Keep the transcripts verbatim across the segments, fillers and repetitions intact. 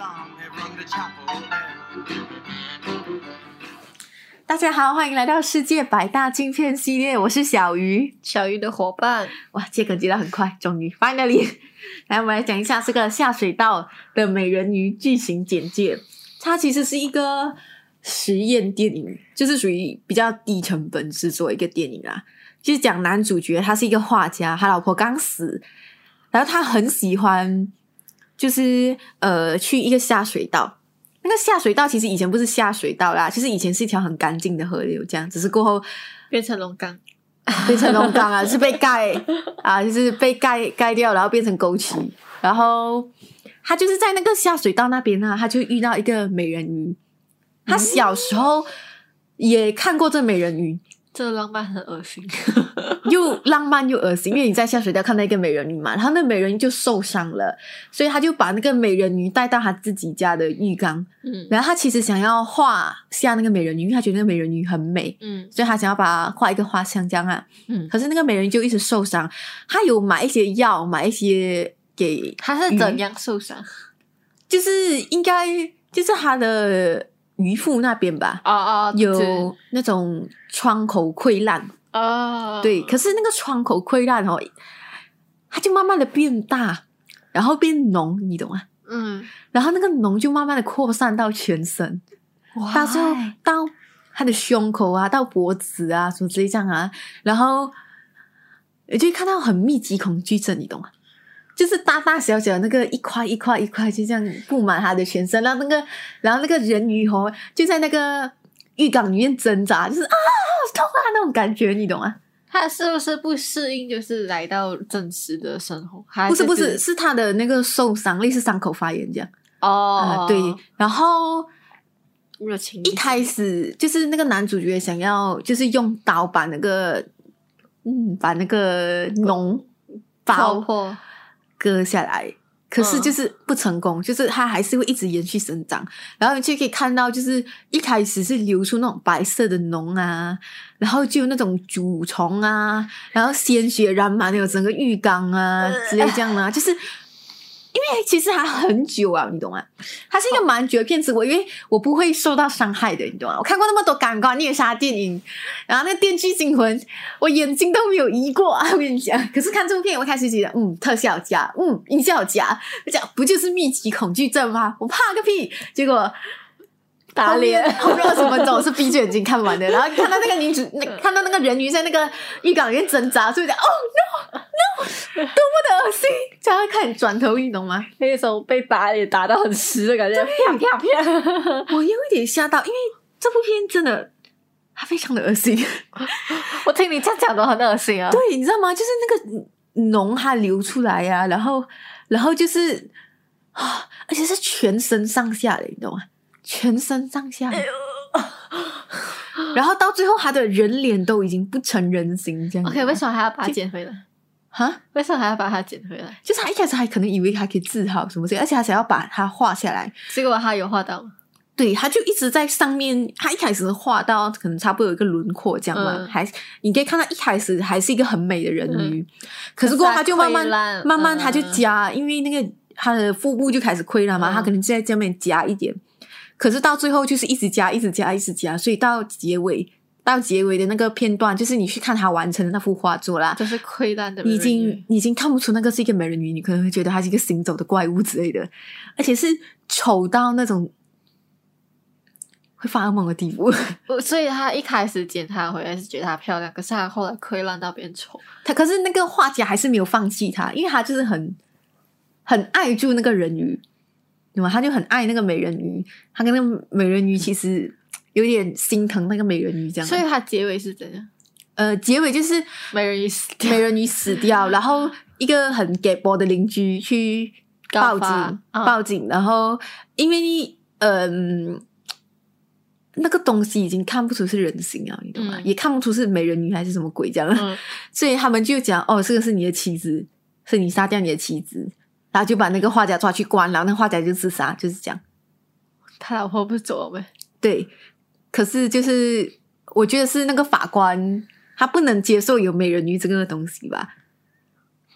大家好，欢迎来到世界百大禁片系列，我是小鱼， 小鱼的伙伴。 哇，接梗接得很快，终于 finally 来我们来讲一下这个下水道的美人鱼剧情简介。它其实是一个实验电影，就是属于比较低成本制作一个电影啦。就是讲男主角他是一个画家，他老婆刚死，然后他很喜欢就是呃去一个下水道。那个下水道其实以前不是下水道啦，其实以前是一条很干净的河流，这样只是过后变成龙岗， 变成龙岗啊，是被盖啊，就是被盖盖掉，然后变成沟渠。然后他就是在那个下水道那边啊，他就遇到一个美人鱼。他小时候也看过这美人鱼， 这个浪漫很恶心， 又浪漫又恶心，因为你在下水道看到一个美人鱼嘛，然后那美人鱼就受伤了，所以他就把那个美人鱼带到他自己家的浴缸，嗯，然后他其实想要画下那个美人鱼，因为他觉得那个美人鱼很美，嗯，所以他想要把它画一个画像这样啊，嗯，可是那个美人鱼就一直受伤，他有买一些药，买一些给他是怎样受伤？ 就是应该就是他的鱼腹那边吧， 哦哦， 有那种窗口溃烂。 哦， 对，可是那个窗口溃烂哦，它就慢慢的变大，然后变脓，你懂吗？嗯，然后那个脓就慢慢的扩散到全身，到时候到他的胸口啊，到脖子啊，什么之类这样啊，然后你就会看到很密集恐惧症，你懂吗？就是大大小小那个一块一块一块就这样布满他的全身，然后那个然后那个人鱼哦就在那个浴缸里面挣扎，就是啊好痛啊那种感觉，你懂吗？ 他是不是不适应就是来到真实的生活？ 不是不是，是他的那个受伤，类似伤口发炎这样。 哦、 呃，对，然后热情一开始就是那个男主角想要就是用刀把那个嗯把那个脓包破割下来，可是就是不成功，嗯、就是它还是会一直延续生长，然后你就可以看到就是一开始是流出那种白色的脓啊，然后就有那种蛀虫啊，然后鲜血染满了整个浴缸啊之类这样的、啊，就是因为其实它很久啊，你懂吗？它是一个蛮久的片子，我因为我不会受到伤害的，你懂吗？我看过那么多感官虐杀电影，然后那个《电锯惊魂》，我眼睛都没有移过啊！我跟你讲，可是看这部片，我开始觉得，嗯，特效佳，嗯，音效佳，我讲不就是密集恐惧症吗？我怕个屁！结果打脸， 后面二十分钟我是闭着眼睛看完的，然后看到那个女主，那看到那个人鱼在那个浴缸里面挣扎，所以讲，哦 no no， 多么的恶心！这样看转头，你懂吗？ 那种被打脸打到很湿的感觉，啪啪啪！ 我有一点吓到，因为这部片真的它非常的恶心。 我听你这样讲都很恶心啊！ 对，你知道吗？就是那个脓它流出来呀、啊，然后然后就是啊，而且是全身上下的，你懂吗？全身上下，哎、然后到最后他的人脸都已经不成人形这样。 OK， 为什么还要把它捡回来？ 哈？ 为什么还要把它捡回来？ 就是他一开始还可能以为他可以治好什么之类，而且他想要把它画下来， 结果他有画到吗？ 对，他就一直在上面。他一开始画到可能差不多有一个轮廓这样嘛，嗯、还你可以看到一开始还是一个很美的人鱼，嗯、可是过后他就慢慢慢慢他就加，嗯、因为那个他的腹部就开始溃烂嘛，嗯、他可能就在这边加一点。可是到最后就是一直加一直加一直加，所以到结尾到结尾的那个片段，就是你去看他完成的那幅画作啦， 就是溃烂的美人鱼， 你已经你已经看不出那个是一个美人鱼，你可能会觉得它是一个行走的怪物之类的，而且是丑到那种会发噩梦的地步。 所以他一开始捡他回来是觉得他漂亮，可是他后来溃烂到变丑。 他可是那个画家还是没有放弃他，因为他就是很很爱住那个人鱼。他就很爱那个美人鱼，他跟那个美人鱼其实有点心疼那个美人鱼这样。 所以他结尾是怎样？ 呃，结尾就是美人鱼死掉， 美人鱼死掉，然后一个很 gay boy 的邻居去报警， 哦、 报警，然后因为嗯、呃，那个东西已经看不出是人形啊，你懂吗？嗯、也看不出是美人鱼还是什么鬼这样，嗯、所以他们就讲哦，这个是你的妻子，是你杀掉你的妻子。然后就把那个画家抓去关，然后那画家就自杀，就是这样。 他老婆不是走了呗？ 对，可是就是我觉得是那个法官他不能接受有美人鱼这个东西吧。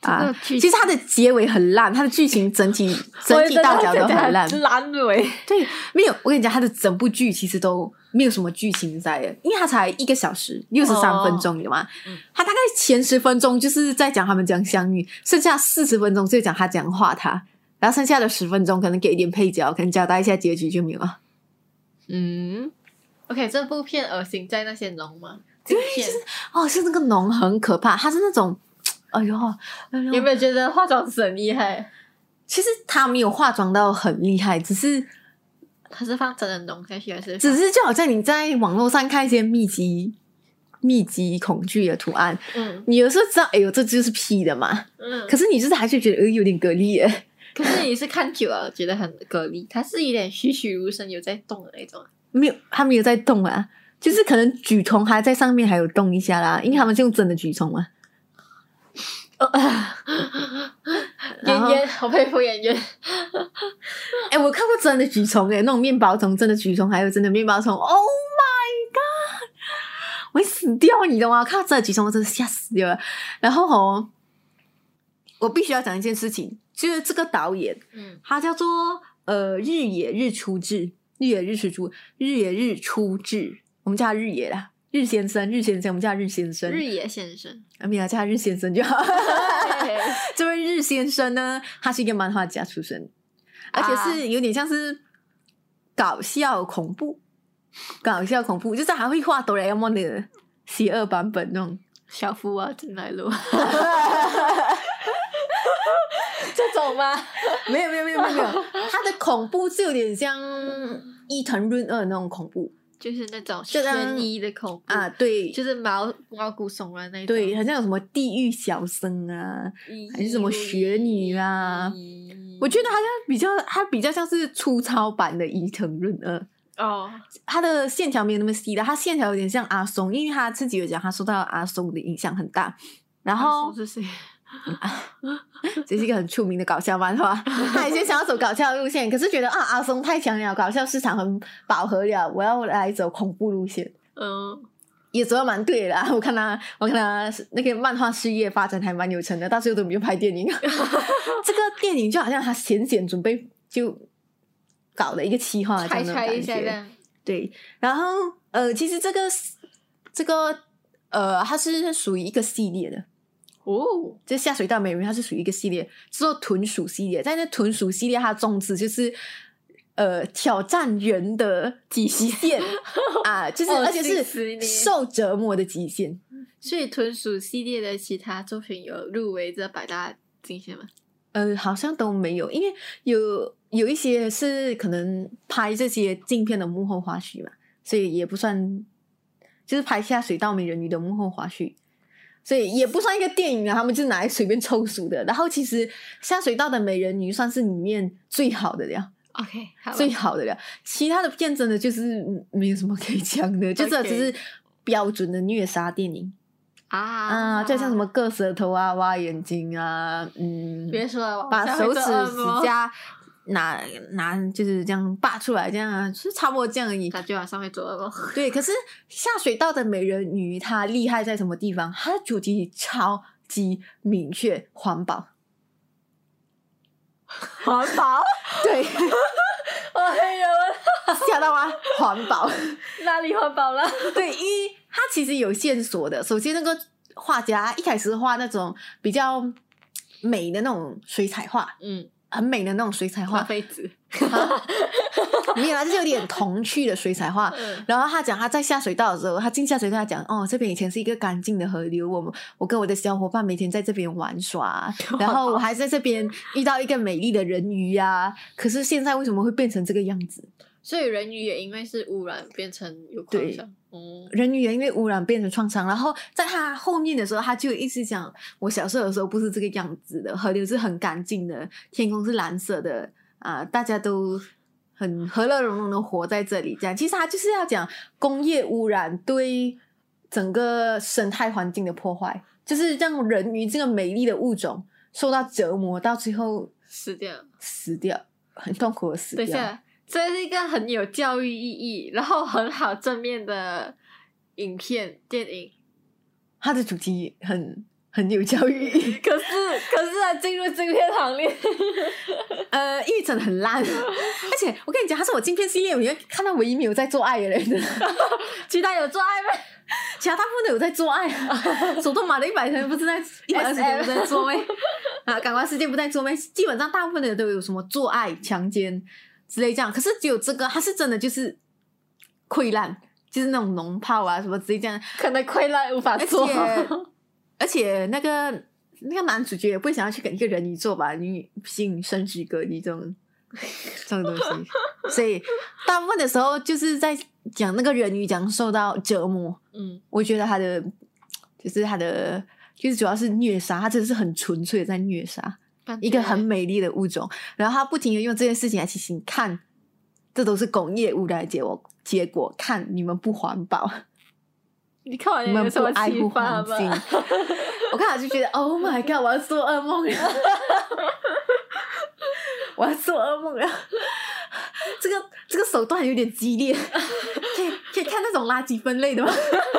啊，其实它的结尾很烂，它的剧情整体整体大小都很烂， 烂尾。 对，没有，我跟你讲，它的整部剧其实都没有什么剧情在的，因为它才一个小时六十三分钟，有吗？它大概前十分钟就是在讲他们讲相遇，剩下四十分钟就讲他讲画他，然后剩下的十分钟可能给一点配角，可能交代一下结局就没有了。嗯 ，OK， 这部片恶心在那些龙吗？ 对，就是哦，是那个龙很可怕，它是那种。哎呦，哎呦， 有没有觉得化妆师很厉害？ 其实他没有化妆到很厉害，只是他是放真的浓下去还是？ 只是就好像你在网络上看一些秘籍、秘籍恐惧的图案，嗯，你有时候知道，哎呦，这就是 P 的嘛，嗯，可是你就是还是觉得呃有点蛤蜊耶。 可是你是看久了觉得很蛤蜊，它是有点栩栩如生，有在动的那种。 没有，它没有在动啊，就是可能蛆虫还在上面还有动一下啦，因为他们是用真的蛆虫嘛。 演员，我佩服演员。 哎、欸，我看过真的蛆虫诶，那种面包虫，真的蛆虫，还有真的面包虫。Oh my god！ 我会死掉，你懂吗？看到真的蛆虫，我真的吓死掉了。然后哦，我必须要讲一件事情，就是这个导演，嗯，他叫做呃日野日出志，日野日出日野日出志，我们叫他日野啦。日先生，日先生，我们叫他日先生。 日野先生， 啊，没有叫他日先生就好。这位日先生呢，他是一个漫画家出身，而且是有点像是搞笑恐怖，搞笑恐怖，就是还会画哆啦 A 梦的邪恶版本那种。 小夫啊，进来了。这种吗？ 没有，没有，没有，没有，没有。他的恐怖是有点像伊藤润二那种恐怖。 就是那种悬疑的恐怖啊，对， 就是毛毛骨悚然那种， 对，好像有什么地狱小生啊，还是什么雪女啊，我觉得好像比较，它比较像是粗糙版的伊藤润二哦，它的线条没有那么细的，它线条有点像阿松，因为他自己有讲，他受到阿松的影响很大，然后阿松是谁？ 这是一个很出名的搞笑漫画，他以前想要走搞笑的路线，可是觉得啊阿松太强了，搞笑市场很饱和了，我要来走恐怖路线。嗯，也走得蛮对的啦。我看他，我看他那个漫画事业发展还蛮有成的，到最后都没有拍电影。这个电影就好像他闲闲准备就搞了一个企划， 拆拆一下这样。 对，然后呃，其实这个这个呃，它是属于一个系列的。哦，这下水道美人鱼它是属于一个系列，叫做豚鼠系列。在那豚鼠系列，它的宗旨就是呃挑战人的极限啊，就是、哦、而且是受折磨的极限。 所以豚鼠系列的其他作品有入围这百大金选吗？ 呃，好像都没有，因为有有一些是可能拍这些镜片的幕后花絮嘛，所以也不算，就是拍下水道美人鱼的幕后花絮。所以也不算一个电影啊，他们就拿来随便抽数的。然后其实下水道的美人鱼算是里面最好的了 ，OK， 好最好的了。其他的片真的就是没有什么可以讲的， okay. 就这只是标准的虐杀电影啊啊，就像什么割舌头啊、挖眼睛啊，嗯， 别说了， 把手指指甲拿拿就是这样拔出来，这样啊，就是差不多这样而已。 他就往上面走了。 对，可是下水道的美人鱼，它厉害在什么地方？它的主题超级明确，环保。 环保？ 对。 哎呦， 吓到吗？环保？ 哪里环保了？ 对，因为它其实有线索的。首先，那个画家一开始画那种比较美的那种水彩画，嗯。很美的那种水彩画， 妃子没有啦，就是有点童趣的水彩画。嗯、然后他讲他在下水道的时候，他进下水道，他讲哦，这边以前是一个干净的河流，我我跟我的小伙伴每天在这边玩耍，然后我还在这边遇到一个美丽的人鱼啊。可是现在为什么会变成这个样子？ 所以人鱼也因为是污染变成有创伤， 嗯，人鱼也因为污染变成创伤。然后在他后面的时候，他就一直讲，我小时候的时候不是这个样子的，河流是很干净的，天空是蓝色的啊，大家都很和乐融融的活在这里。这样，其实他就是要讲工业污染对整个生态环境的破坏，就是让人鱼这个美丽的物种受到折磨，到最后死掉， 死掉，很痛苦的死掉。 等一下。这是一个很有教育意义，然后很好正面的影片电影。 它的主题很很有教育意义。 可是可是他进入镜片行列， 呃，因为真的很烂，而且我跟你讲，他是我镜片系列里面看到唯一没有在做爱的人， 其他有做爱吗？ 其他大部分都有在做爱，手动码的一百天不是在一百二十天不是在做咩？啊，感官世界不在做咩？基本上大部分的人都有什么做爱、强奸之类这样，可是只有这个，他是真的就是溃烂，就是那种脓泡啊什么之类这样， 可能溃烂无法做， 而且而且那个那个男主角也不会想要去跟一个人鱼做吧，你性生殖隔离这种这种东西，所以大部分的时候就是在讲那个人鱼讲受到折磨。 嗯， 我觉得他的就是他的就是主要是虐杀，他真的是很纯粹的在虐杀一个很美丽的物种，然后他不停的用这件事情来提醒，看这都是工业污染的结果，结果看你们不环保， 你看完你们不爱护环境，我看了就觉得 Oh my god， 我要做噩梦了，我要做噩梦了。这个这个手段有点激烈，可以可以看那种垃圾分类的吗？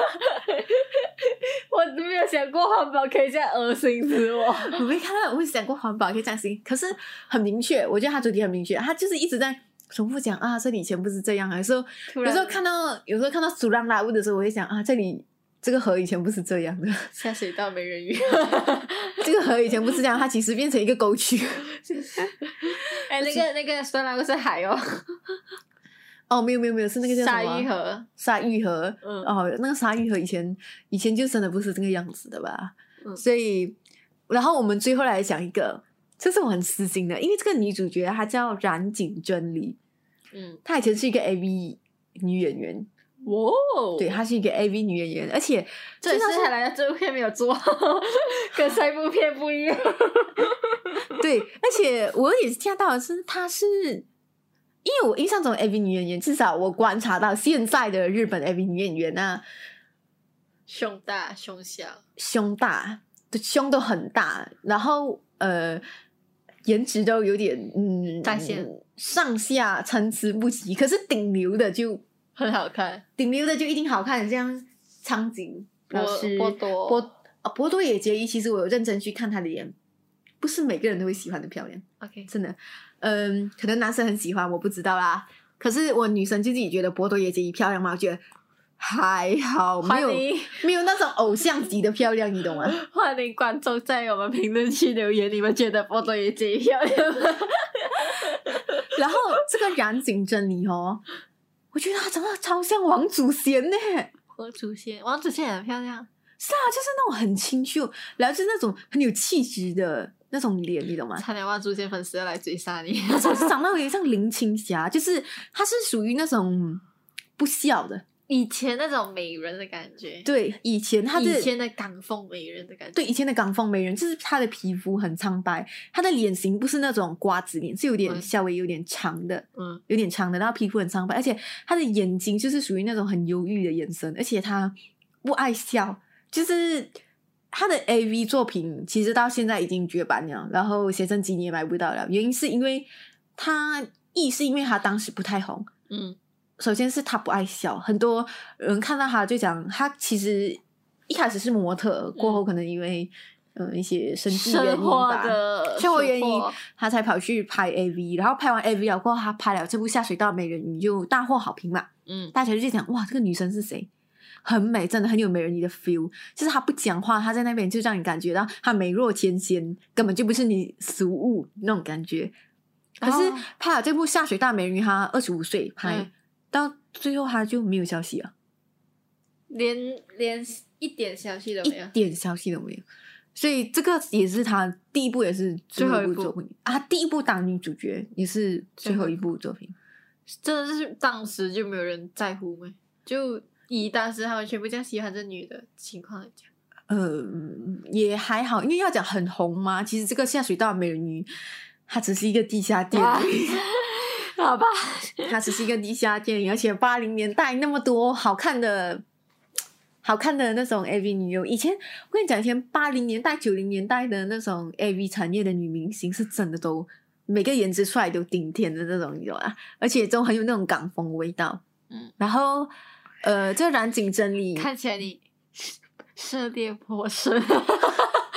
我都没有想过环保可以这样恶心死我。 我没看到，我会想过环保可以这样行，可是很明确，我觉得他主题很明确，他就是一直在重复讲啊，这里以前不是这样啊。有时候有时候看到有时候看到苏浪拉乌的时候，我会想啊，这里这个河以前不是这样的， 下水道美人鱼， 这个河以前不是这样，它其实变成一个沟渠。 哎、欸，那个那个苏浪拉乌是海哦。 哦，没有没有没有，是那个叫什么沙玉河， 沙玉河， 嗯， 哦，那个沙玉河以前以前就真的不是这个样子的吧？ 嗯， 所以，然后我们最后来讲一个，这是我很私心的，因为这个女主角她叫染井真理， 嗯， 她以前是一个 A V 女演员， 哇， 对，她是一个 A V 女演员，而且这次还来的这部片没有做，跟上一部片不一样。 对，而且我也是听到的是，她是。因为我印象中的 A V 女演员，至少我观察到现在的日本 A V 女演员啊， 胸大胸小， 胸大，胸都很大，然后呃，颜值都有点嗯在线， 上下参差不齐。可是顶流的就很好看， 顶流的就一定好看，像苍井老师、 波多波啊波多野结衣，其实我有认真去看她的脸，不是每个人都会喜欢的漂亮。 OK， 真的。嗯，可能男生很喜欢，我不知道啦。可是我女生就自己觉得波多野结衣漂亮吗？我觉得还好，没有没有那种偶像级的漂亮，你懂吗？ 欢迎观众在我们评论区留言，你们觉得波多野结衣漂亮吗？ 然后这个染井真理哦，我觉得她长得超像王祖贤呢。 王祖贤，王祖贤也很漂亮。 是啊，就是那种很清秀，然后就是那种很有气质的那种脸，你懂吗？ 差点王祖贤粉丝要来追杀你。 她就是长得有点像林青霞，就是她是属于那种不笑的， 以前那种美人的感觉。 对，以前她的以前的港风美人的感觉。 对，以前的港风美人，就是她的皮肤很苍白，她的脸型不是那种瓜子脸，是有点、嗯、稍微有点长的， 嗯， 有点长的，然后皮肤很苍白，而且她的眼睛就是属于那种很忧郁的眼神，而且她不爱笑。就是他的 A V 作品其实到现在已经绝版了，然后写真集你也买不到了，原因是因为他一是因为他当时不太红， 嗯， 首先是他不爱笑，很多人看到他就讲他其实一开始是模特，嗯、过后可能因为呃一些生计原因吧，生活原因他才跑去拍 A V， 然后拍完 A V 了过后，他拍了这部下水道美人鱼就大获好评嘛， 嗯， 大家就讲哇这个女生是谁？很美，真的很有美人鱼的 feel。就是她不讲话，她在那边就让你感觉到她美若天仙，根本就不是你俗物那种感觉。可是拍了这部《下水大美人鱼》，她二十五岁拍、嗯，到最后她就没有消息了， 连连一点消息都没有， 一点消息都没有。所以这个也是她第一部，也是最后一部作品啊。第一部当女主角，也是最后一部作品。 真的是当时就没有人在乎吗？就。以当时他们全部这样喜欢这女的情况来讲， 呃，也还好，因为要讲很红嘛。其实这个下水道美人鱼，它只是一个地下电影， 好吧， 它只是一个地下电影，而且八零年代那么多好看的、好看的那种 A V 女优，以前我跟你讲，以前八零年代、九零年代的那种 A V 产业的女明星，是真的都每个颜值出来都顶天的那种，你知道吗？而且都很有那种港风味道，嗯，然后。呃，这染井真理看起来你涉猎颇深，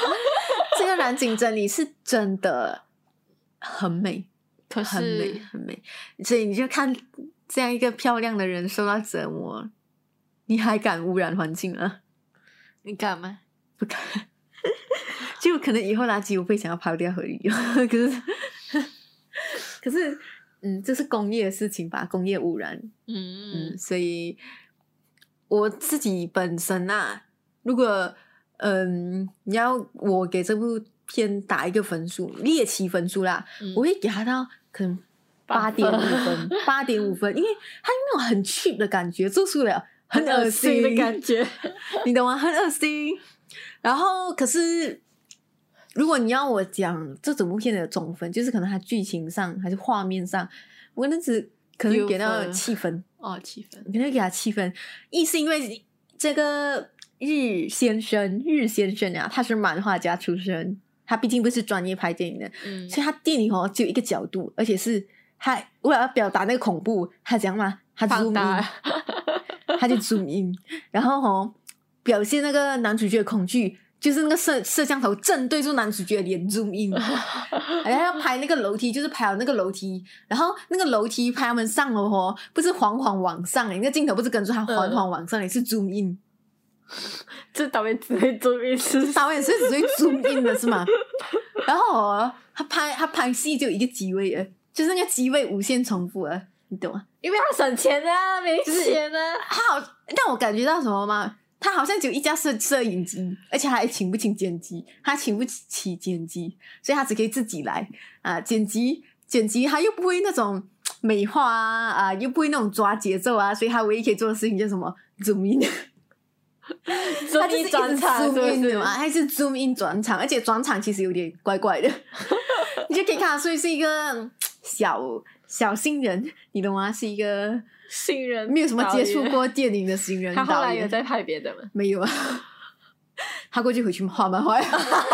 个蓝景真理是真的很美， 可是很美很美，所以你就看这样一个漂亮的人受到折磨，你还敢污染环境吗？ 你敢吗？ 不敢。就可能以后垃圾我会想要抛掉河里，可是可是嗯，这是工业的事情吧，工业污染。 嗯嗯，所以我自己本身啊，如果嗯你要我给这部片打一个分数，猎奇分数啦， 嗯我会给他到可能八点五分，八点五分，因为他那种很 cheap 的感觉，做出了很恶心的感觉， 你懂吗？很恶心。然后可是。如果你要我讲这整部片的总分，就是可能它剧情上还是画面上，我可能只可能给到七分哦，七分， 可能给他七分。一是因为这个日先生，日先生啊，他是漫画家出身，他毕竟不是专业拍电影的， 嗯， 所以他电影哦只有一个角度，而且是他为了要表达那个恐怖，他讲嘛，他 zoom in，他就 zoom in，然后哦表现那个男主角的恐惧。就是那个摄摄像头正对住男主角的脸 zoom in， 然后要拍那个楼梯，就是拍到那个楼梯，然后那个楼梯拍他们上楼哦，不是缓缓往上，那个镜头不是跟住他缓缓往上，也、嗯、是 zoom in。 这导演只会 zoom in， 是导演是只会 zoom in 的是吗？然后哦，他拍他拍戏就有一个机位了，就是那个机位无限重复了，你懂吗？ 因为他省钱啊，没钱啊。 他好，但我感觉到什么吗？他好像只有一架摄摄影机，而且他还请不起剪辑，他请不起剪辑，所以他只可以自己来啊剪辑剪辑，他又不会那种美化啊啊，又不会那种抓节奏啊，所以他唯一可以做的事情就是什么 zoom in， 他就是一直 zoom in 的嘛，还是 zoom in 转场，而且转场其实有点怪怪的，你就可以看他，所以是一个小小新人，你懂吗？是一个。 新人没有什么接触过电影的新人导演， 他后来有在拍别的吗？ 没有啊，他过去回去画漫画，所以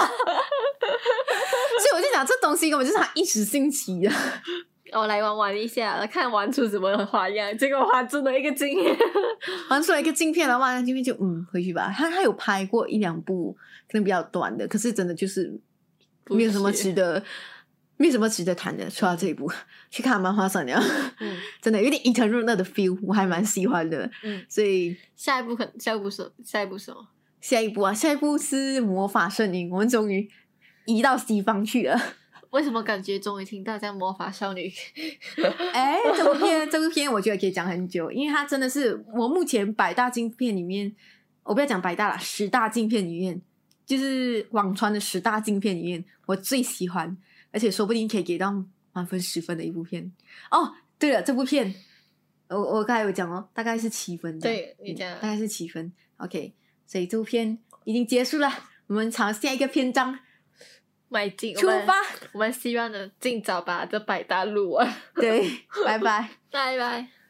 我就讲这东西根本就是他一时兴起的。 我来玩玩一下，看玩出什么花样，结果画出了一个镜片， 玩出了一个镜片，然后那镜片就嗯回去吧。他他有拍过一两部可能比较短的，可是真的就是没有什么值得。没有什么值得谈的，除了这一部，去看漫画算了。嗯，真的有点伊藤润二的 feel， 我还蛮喜欢的。 嗯， 所以下一部可下一部是下一部是什么？ 下一部啊，下一部是魔法圣婴，我们终于移到西方去了。 为什么感觉终于听到这样魔法少女？ 哎，这部片这部片我觉得可以讲很久，因为它真的是我目前百大镜片里面，我不要讲百大啦，十大镜片里面，就是网传的十大镜片里面，我最喜欢。而且说不定可以给到满分十分的一部片哦。对了，这部片我我刚才有讲哦，大概是七分的。 对，你讲、嗯、 大概是七分。OK， 所以这部片已经结束了，我们朝下一个篇章迈进， 出发。 我们希望能尽早把这百大录完。 对，拜拜， 拜拜。